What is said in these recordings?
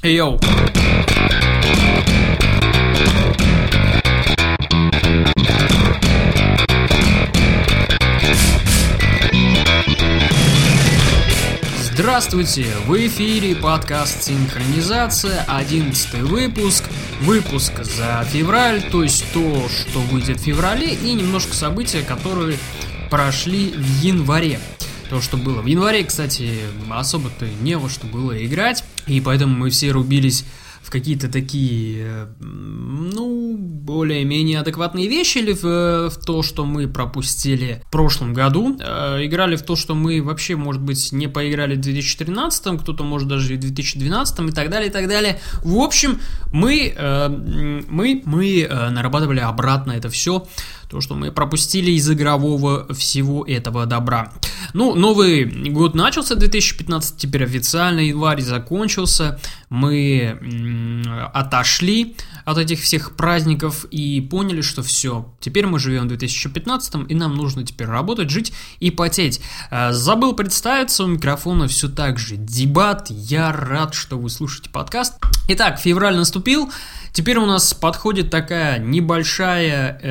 Йоу! Здравствуйте! В эфире подкаст «Синхронизация», 11 выпуск. Выпуск за февраль, то есть то, что выйдет в феврале, и немножко события, которые прошли в январе. То, что было в январе, кстати, особо-то не во что было играть, и поэтому мы все рубились в какие-то такие, более-менее адекватные вещи, или в то, что мы пропустили в прошлом году. Играли в то, что мы вообще, может быть, не поиграли в 2013, кто-то, может, даже и в 2012 и так далее, и так далее. В общем, мы нарабатывали обратно это все, то, что мы пропустили из игрового всего этого добра. Новый год начался, 2015, теперь официально, январь закончился. Мы отошли от этих всех праздников и поняли, что все, теперь мы живем в 2015, и нам нужно теперь работать, жить и потеть. Забыл представиться, у микрофона все так же Дебат, я рад, что вы слушаете подкаст. Итак, февраль наступил. Теперь у нас подходит такая небольшой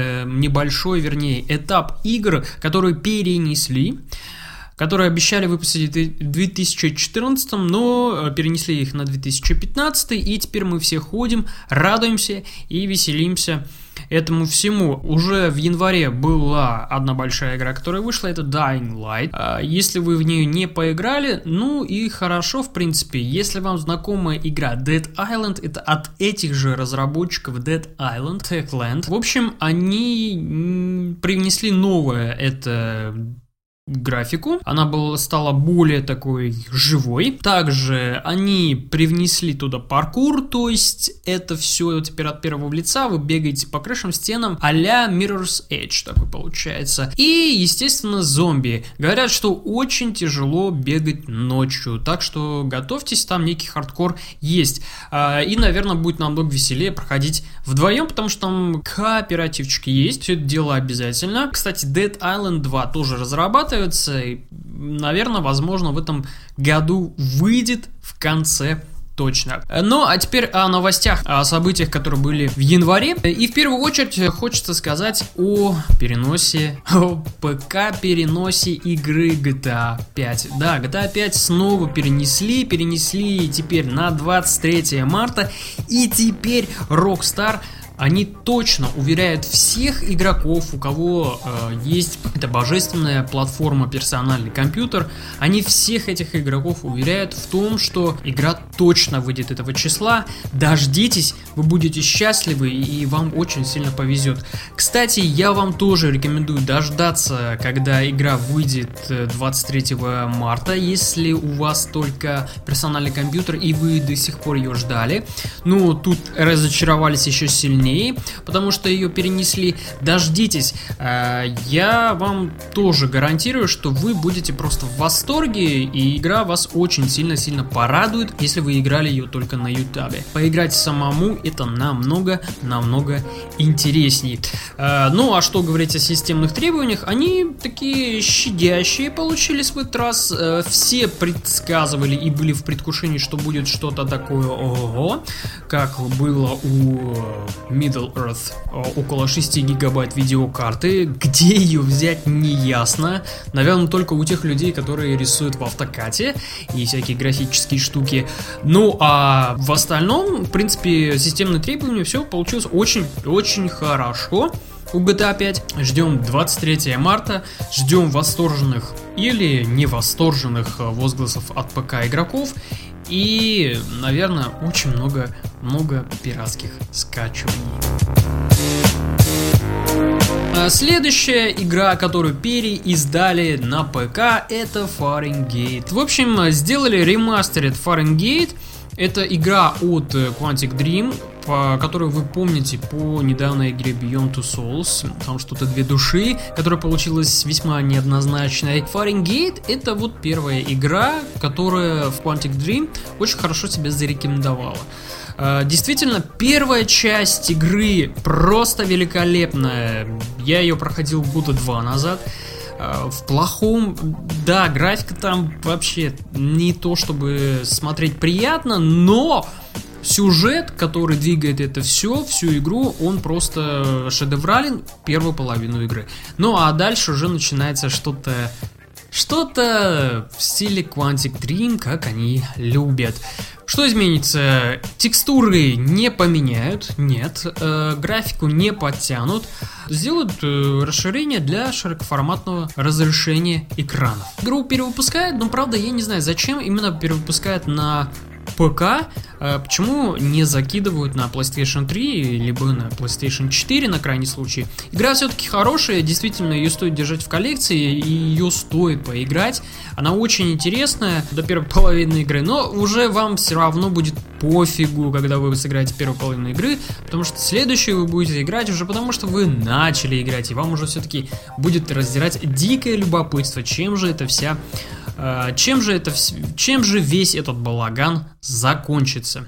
этап игр, которые перенесли, которые обещали выпустить в 2014, но перенесли их на 2015, и теперь мы все ходим, радуемся и веселимся этому всему. Уже в январе была одна большая игра, которая вышла, это Dying Light. Если вы в нее не поиграли, и хорошо, в принципе. Если вам знакома игра Dead Island, это от этих же разработчиков Dead Island, Techland. В общем, они привнесли новое, это графику, она стала более такой живой. Также они привнесли туда паркур, то есть это все теперь от первого лица, вы бегаете по крышам, стенам, а-ля Mirror's Edge такой получается. И, естественно, зомби. Говорят, что очень тяжело бегать ночью, так что готовьтесь, там некий хардкор есть. И, наверное, будет намного веселее проходить вдвоем, потому что там кооперативчики есть, все это дело обязательно. Кстати, Dead Island 2 тоже разрабатывается, и, наверное, возможно, в этом году выйдет в конце точно. Ну, а теперь о новостях, о событиях, которые были в январе. И в первую очередь хочется сказать о ПК-переносе игры GTA 5. Да, GTA 5 снова перенесли теперь на 23 марта. И теперь Rockstar, они точно уверяют всех игроков, у кого есть эта божественная платформа персональный компьютер, они всех этих игроков уверяют в том, что игра точно выйдет этого числа. Дождитесь, вы будете счастливы и вам очень сильно повезет. Кстати, я вам тоже рекомендую дождаться, когда игра выйдет 23 марта, если у вас только персональный компьютер и вы до сих пор ее ждали. Тут разочаровались еще сильнее, потому что ее перенесли. Дождитесь, я вам тоже гарантирую, что вы будете просто в восторге, и игра вас очень сильно порадует, если вы играли ее только на ютубе. Поиграть самому это намного интересней. А что говорить о системных требованиях, они такие щадящие получились в этот раз. Все предсказывали и были в предвкушении, что будет что-то такое ого-го, как было у Middle-earth, около 6 гигабайт видеокарты. Где ее взять, не ясно. Наверное, только у тех людей, которые рисуют в автокате и всякие графические штуки. А в остальном, в принципе, системные требования, все получилось очень хорошо. У GTA 5 ждем 23 марта, ждем восторженных или невосторженных возгласов от ПК игроков. И, наверное, очень много пиратских скачиваний. Следующая игра, которую переиздали на ПК, это Fahrenheit. В общем, сделали ремастеред Fahrenheit. Это игра от Quantic Dream, которую вы помните по недавней игре Beyond Two Souls. Там что-то две души, которая получилась весьма неоднозначной. Fahrenheit — это вот первая игра, которая в Quantic Dream очень хорошо себя зарекомендовала. Действительно, первая часть игры просто великолепная. Я ее проходил года 2 назад. В плохом, да, графика там вообще не то чтобы смотреть приятно, но сюжет, который двигает это всю игру, он просто шедеврален первую половину игры. Ну а дальше уже начинается что-то в стиле Quantic Dream, как они любят. Что изменится? Текстуры не поменяют, нет, графику не подтянут, сделают расширение для широкоформатного разрешения экранов. Игру перевыпускают, но правда я не знаю, зачем именно перевыпускают на ПК, почему не закидывают на PlayStation 3 либо на PlayStation 4 на крайний случай. Игра все-таки хорошая, действительно ее стоит держать в коллекции и ее стоит поиграть. Она очень интересная до первой половины игры, но уже вам все равно будет пофигу, когда вы сыграете первую половину игры, потому что следующую вы будете играть уже потому, что вы начали играть, и вам уже все-таки будет раздирать дикое любопытство, чем же весь этот балаган закончится.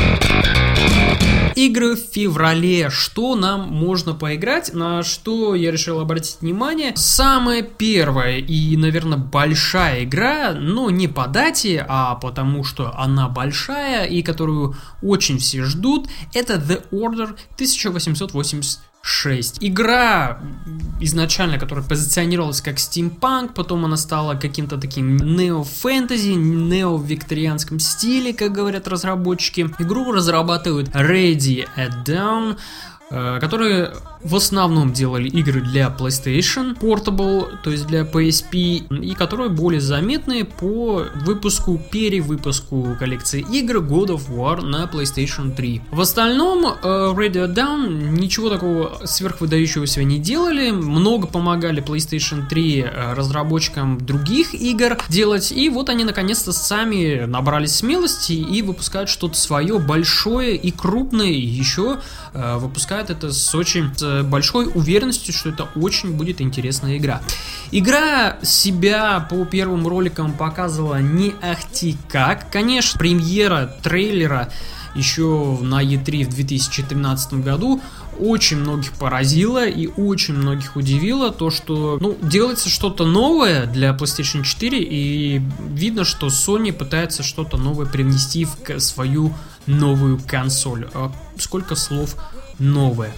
Игры в феврале. Что нам можно поиграть? На что я решил обратить внимание? Самая первая и, наверное, большая игра, но не по дате, а потому что она большая и которую очень все ждут, это The Order 1886. Игра изначально, которая позиционировалась как стимпанк, потом она стала каким-то таким нео-фэнтези, нео-викторианском стиле, как говорят разработчики. Игру разрабатывают Ready at Dawn, которые в основном делали игры для PlayStation Portable, то есть для PSP, и которые более заметны по перевыпуску коллекции игр God of War на PlayStation 3. В остальном Ready at Dawn ничего такого сверхвыдающегося не делали, много помогали PlayStation 3 разработчикам других игр делать, и вот они наконец-то сами набрались смелости и выпускают что-то свое большое и крупное, и еще выпускают это с очень большой уверенностью, что это очень будет интересная игра. Игра себя по первым роликам показывала не ахти как. Конечно, премьера трейлера еще на E3 в 2013 году очень многих поразила и очень многих удивило то, что делается что-то новое для PlayStation 4, и видно, что Sony пытается что-то новое привнести в свою новую консоль. Сколько слов новое.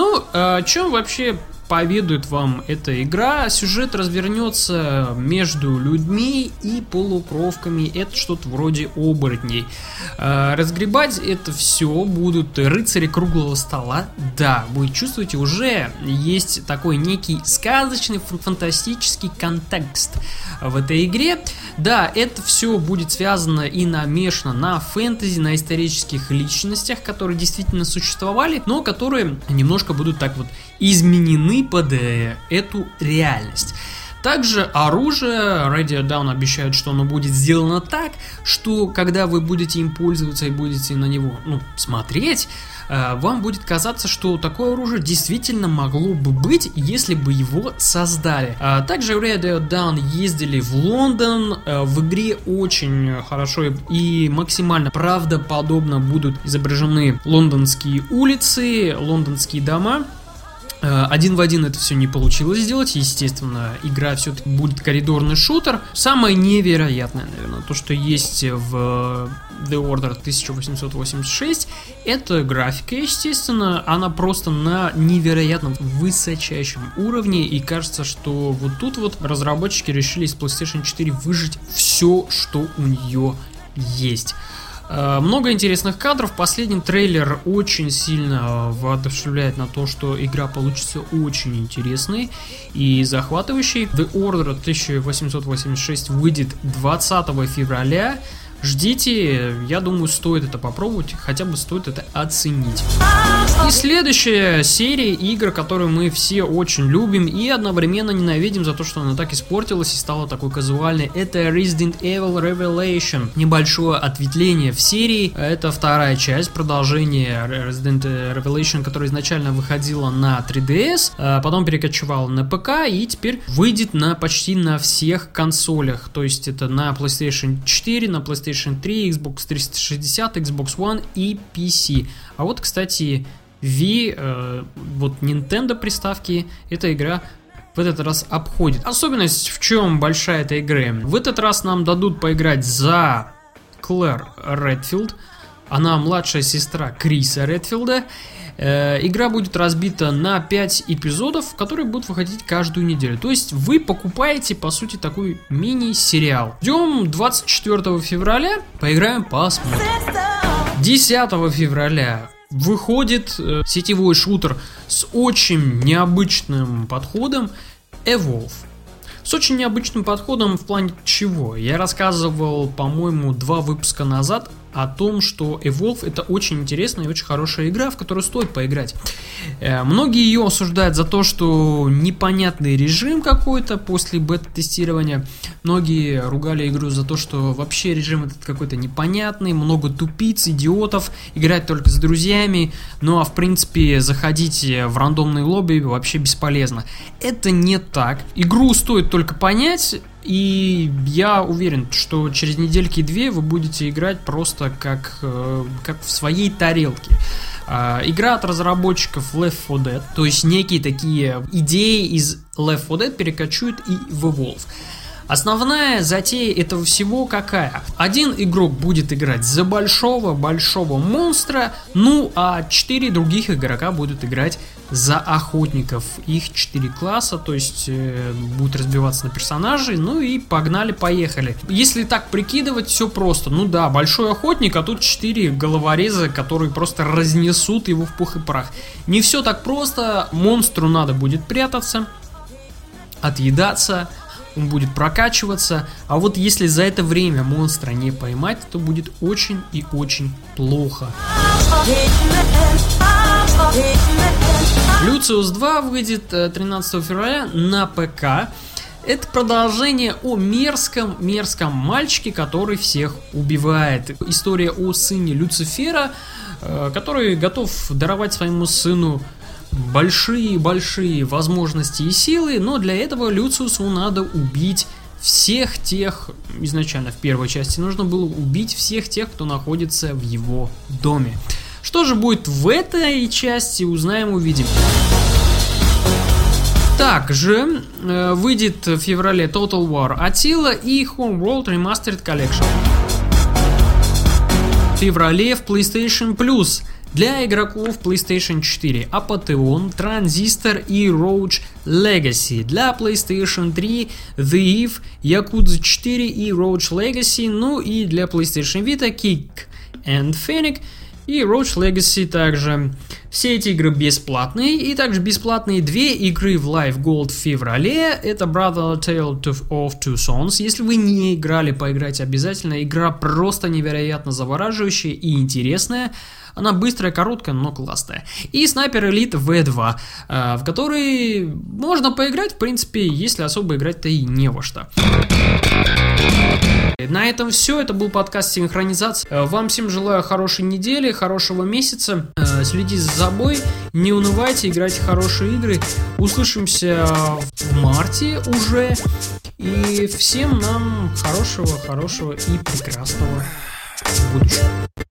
Чем вообще поведает вам эта игра? Сюжет развернется между людьми и полукровками. Это что-то вроде оборотней. Разгребать это все будут рыцари круглого стола. Да, вы чувствуете, уже есть такой некий сказочный, фантастический контекст в этой игре. Да, это все будет связано и намешано на фэнтези, на исторических личностях, которые действительно существовали, но которые немножко будут так вот изменены под эту реальность. Также оружие Ready at Dawn обещают, что оно будет сделано так, что когда вы будете им пользоваться и будете на него смотреть, вам будет казаться, что такое оружие действительно могло бы быть, если бы его создали. Также Ready at Dawn ездили в Лондон. В игре очень хорошо и максимально правдоподобно будут изображены лондонские улицы, лондонские дома. Один в один это все не получилось сделать, естественно, игра все-таки будет коридорный шутер. Самое невероятное, наверное, то, что есть в The Order 1886, это графика, естественно, она просто на невероятном высочайшем уровне, и кажется, что вот тут вот разработчики решили из PlayStation 4 выжать все, что у нее есть. Много интересных кадров. Последний трейлер очень сильно воодушевляет на то, что игра получится очень интересной и захватывающей. The Order 1886 выйдет 20 февраля. Ждите, я думаю, стоит это попробовать, хотя бы стоит это оценить. И следующая серия игр, которую мы все очень любим и одновременно ненавидим за то, что она так испортилась и стала такой казуальной, это Resident Evil Revelation. Небольшое ответвление в серии, это вторая часть, продолжение Resident Revelation, которая изначально выходила на 3DS, потом перекочевала на ПК и теперь выйдет почти на всех консолях, то есть это на PlayStation 4, на PlayStation 3, Xbox 360, Xbox One и PC. А вот, кстати, Nintendo приставки эта игра в этот раз обходит. Особенность в чем большая этой игры? В этот раз нам дадут поиграть за Клэр Редфилд. Она младшая сестра Криса Редфилда. Игра будет разбита на 5 эпизодов, которые будут выходить каждую неделю. То есть вы покупаете, по сути, такой мини-сериал. Ждем 24 февраля, поиграем, посмотрим. 10 февраля выходит сетевой шутер с очень необычным подходом Evolve. С очень необычным подходом в плане чего? Я рассказывал, по-моему, 2 выпуска назад о том, что Evolve это очень интересная и очень хорошая игра, в которую стоит поиграть. Многие ее осуждают за то, что непонятный режим какой-то после бета-тестирования. Многие ругали игру за то, что вообще режим этот какой-то непонятный, много тупиц, идиотов, играть только с друзьями. Ну а в принципе заходить в рандомный лобби вообще бесполезно. Это не так. Игру стоит только понять. И я уверен, что через недельки-2 вы будете играть просто как в своей тарелке. Игра от разработчиков Left 4 Dead, то есть некие такие идеи из Left 4 Dead перекочуют и в Evolve. Основная затея этого всего какая? Один игрок будет играть за большого монстра, ну а 4 других игрока будут играть за охотников. Их 4 класса, то есть будут разбиваться на персонажей, ну и погнали-поехали. Если так прикидывать, все просто. Ну да, большой охотник, а тут 4 головореза, которые просто разнесут его в пух и прах. Не все так просто, монстру надо будет прятаться, отъедаться, он будет прокачиваться, а вот если за это время монстра не поймать, то будет очень и очень плохо. Lucius 2 выйдет 13 февраля на ПК. Это продолжение о мерзком мальчике, который всех убивает. История о сыне Люцифера, который готов даровать своему сыну большие возможности и силы, но для этого Люциусу надо убить всех тех, изначально в первой части нужно было убить всех тех, кто находится в его доме. Что же будет в этой части, узнаем, увидим. Также выйдет в феврале Total War Attila и Homeworld Remastered Collection. В феврале в PlayStation Plus для игроков PlayStation 4 Apotheon, Transistor и Rogue Legacy. Для PlayStation 3 The Eve, Yakuza 4 и Rogue Legacy. Ну и для PlayStation Vita Kick and Fennec и Rogue Legacy также. Все эти игры бесплатные, и также бесплатные 2 игры в Live Gold в феврале. Это Brother Tale of Two Sons. Если вы не играли, поиграйте обязательно. Игра просто невероятно завораживающая и интересная. Она быстрая, короткая, но классная. И Sniper Elite V2, в который можно поиграть, в принципе, если особо играть-то и не во что. На этом все. Это был подкаст «Синхронизация». Вам всем желаю хорошей недели, хорошего месяца. Следите за собой, не унывайте, играйте в хорошие игры. Услышимся в марте уже. И всем нам хорошего и прекрасного будущего.